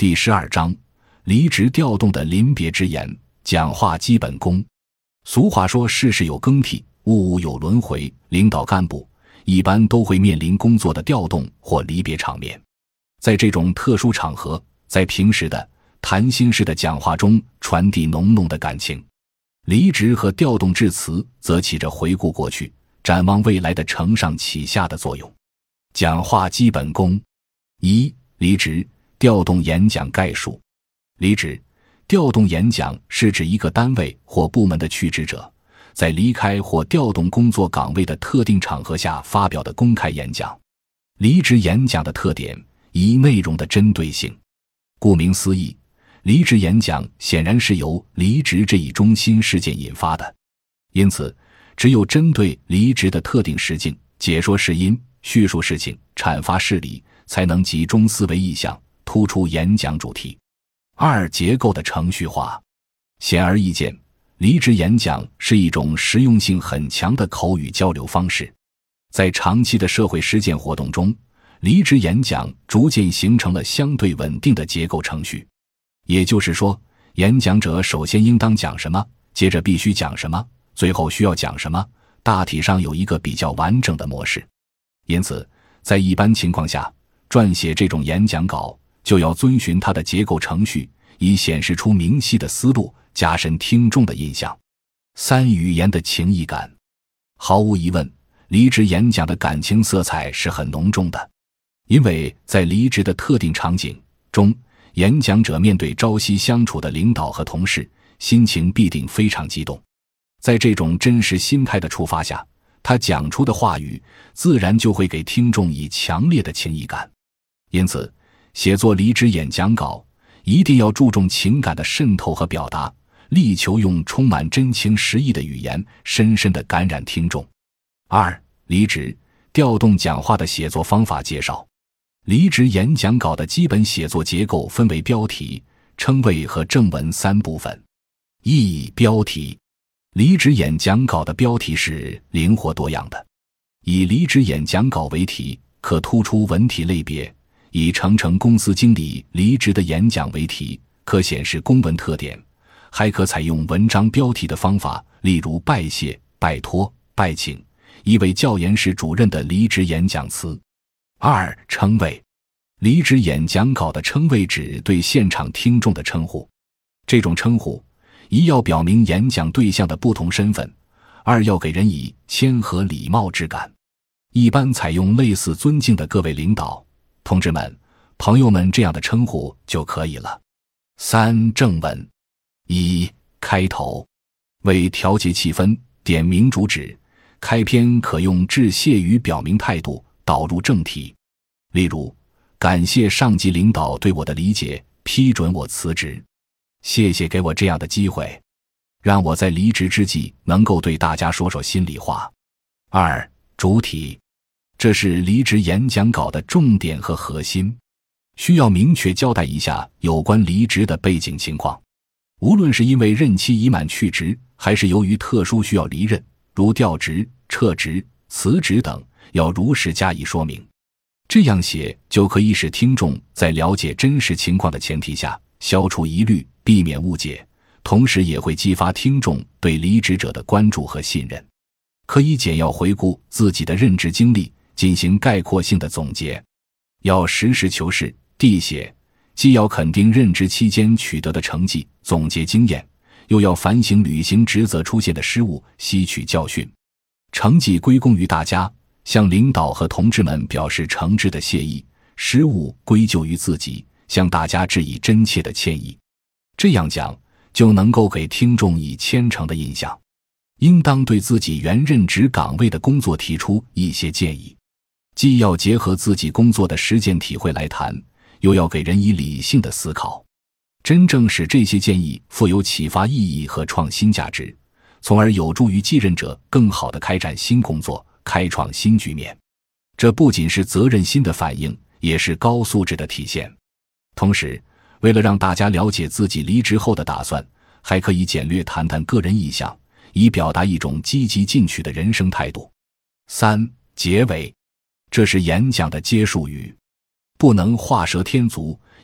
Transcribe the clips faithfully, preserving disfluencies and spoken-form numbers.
第十二章，离职调动的临别之言，讲话基本功。俗话说，世事有更替，物物有轮回，领导干部一般都会面临工作的调动或离别场面。在这种特殊场合，在平时的谈心式的讲话中传递浓浓的感情。离职和调动致辞则起着回顾过去、展望未来的承上启下的作用。讲话基本功一、离职调动演讲概述。离职调动演讲是指一个单位或部门的去职者在离开或调动工作岗位的特定场合下发表的公开演讲。离职演讲的特点：一、内容的针对性。顾名思义，离职演讲显然是由离职这一中心事件引发的，因此只有针对离职的特定实境，解说事因，叙述事情，阐发事理，才能集中思维意向，突出演讲主题。二、结构的程序化。显而易见，离职演讲是一种实用性很强的口语交流方式。在长期的社会实践活动中，离职演讲逐渐形成了相对稳定的结构程序。也就是说，演讲者首先应当讲什么，接着必须讲什么，最后需要讲什么，大体上有一个比较完整的模式。因此，在一般情况下，撰写这种演讲稿就要遵循它的结构程序，以显示出明晰的思路，加深听众的印象。三、语言的情意感。毫无疑问，离职演讲的感情色彩是很浓重的，因为在离职的特定场景中，演讲者面对朝夕相处的领导和同事，心情必定非常激动。在这种真实心态的触发下，他讲出的话语自然就会给听众以强烈的情意感。因此，写作离职演讲稿一定要注重情感的渗透和表达，力求用充满真情实意的语言深深地感染听众。二、离职调动讲话的写作方法介绍。离职演讲稿的基本写作结构分为标题、称谓和正文三部分。一、标题。离职演讲稿的标题是灵活多样的，以离职演讲稿为题，可突出文体类别；以成成公司经理离职的演讲为题，可显示公文特点；还可采用文章标题的方法，例如拜谢、拜托、拜请，一位教研室主任的离职演讲词。二、称谓。离职演讲稿的称谓指对现场听众的称呼，这种称呼一要表明演讲对象的不同身份，二要给人以谦和礼貌之感。一般采用类似尊敬的各位领导、同志们、朋友们这样的称呼就可以了。三、正文。一、开头。为调节气氛，点明主旨，开篇可用致谢语表明态度，导入正题。例如，感谢上级领导对我的理解，批准我辞职。谢谢给我这样的机会，让我在离职之际能够对大家说说心里话。二、主体。这是离职演讲稿的重点和核心，需要明确交代一下有关离职的背景情况。无论是因为任期已满去职，还是由于特殊需要离任，如调职、撤职、辞职等，要如实加以说明。这样写就可以使听众在了解真实情况的前提下消除疑虑，避免误解，同时也会激发听众对离职者的关注和信任。可以简要回顾自己的任职经历，进行概括性的总结。要实事求是地写，既要肯定任职期间取得的成绩，总结经验，又要反省履行职责出现的失误，吸取教训。成绩归功于大家，向领导和同志们表示诚挚的谢意，失误归咎于自己，向大家致以真切的歉意。这样讲，就能够给听众以虔诚的印象。应当对自己原任职岗位的工作提出一些建议，既要结合自己工作的实践体会来谈，又要给人以理性的思考，真正使这些建议富有启发意义和创新价值，从而有助于继任者更好地开展新工作，开创新局面。这不仅是责任心的反映，也是高素质的体现。同时，为了让大家了解自己离职后的打算，还可以简略谈谈个人意向，以表达一种积极进取的人生态度。三、结尾。这是演讲的结束语，不能画蛇添足，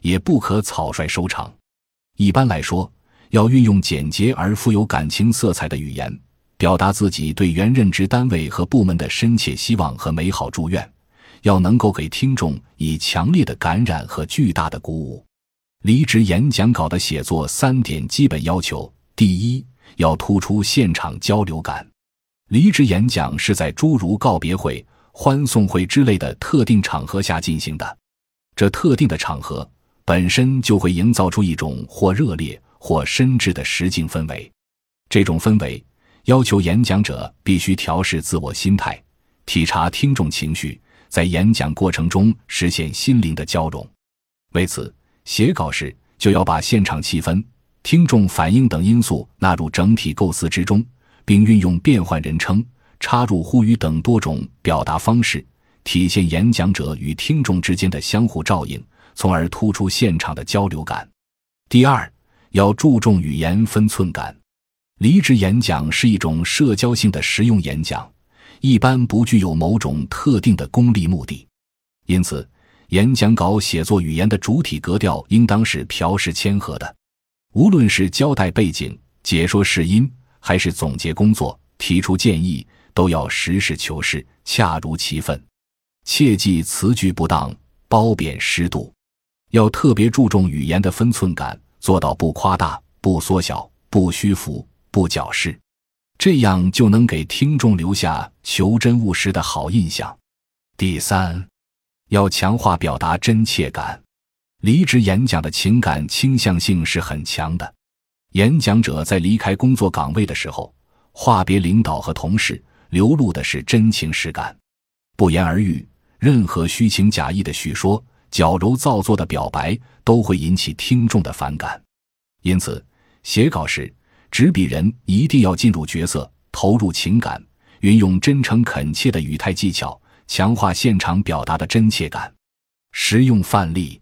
也不可草率收场。一般来说，要运用简洁而富有感情色彩的语言，表达自己对原任职单位和部门的深切希望和美好祝愿，要能够给听众以强烈的感染和巨大的鼓舞。离职演讲稿的写作三点基本要求：第一，要突出现场交流感。离职演讲是在诸如告别会、欢送会之类的特定场合下进行的，这特定的场合本身就会营造出一种或热烈或深挚的实境氛围。这种氛围要求演讲者必须调试自我心态，体察听众情绪，在演讲过程中实现心灵的交融。为此，写稿时就要把现场气氛、听众反应等因素纳入整体构思之中，并运用变换人称、插入呼语等多种表达方式，体现演讲者与听众之间的相互照应，从而突出现场的交流感。第二，要注重语言分寸感。离职演讲是一种社交性的实用演讲，一般不具有某种特定的功利目的。因此，演讲稿写作语言的主体格调应当是朴实谦和的。无论是交代背景、解说事因，还是总结工作、提出建议，都要实事求是，恰如其分。切忌词句不当、褒贬失度。要特别注重语言的分寸感，做到不夸大、不缩小、不虚浮、不矫饰，这样就能给听众留下求真务实的好印象。第三，要强化表达真切感。离职演讲的情感倾向性是很强的。演讲者在离开工作岗位的时候，话别领导和同事，流露的是真情实感。不言而喻，任何虚情假意的叙说、矫揉造作的表白，都会引起听众的反感。因此，写稿时，执笔人一定要进入角色，投入情感，运用真诚恳切的语态技巧，强化现场表达的真切感。实用范例：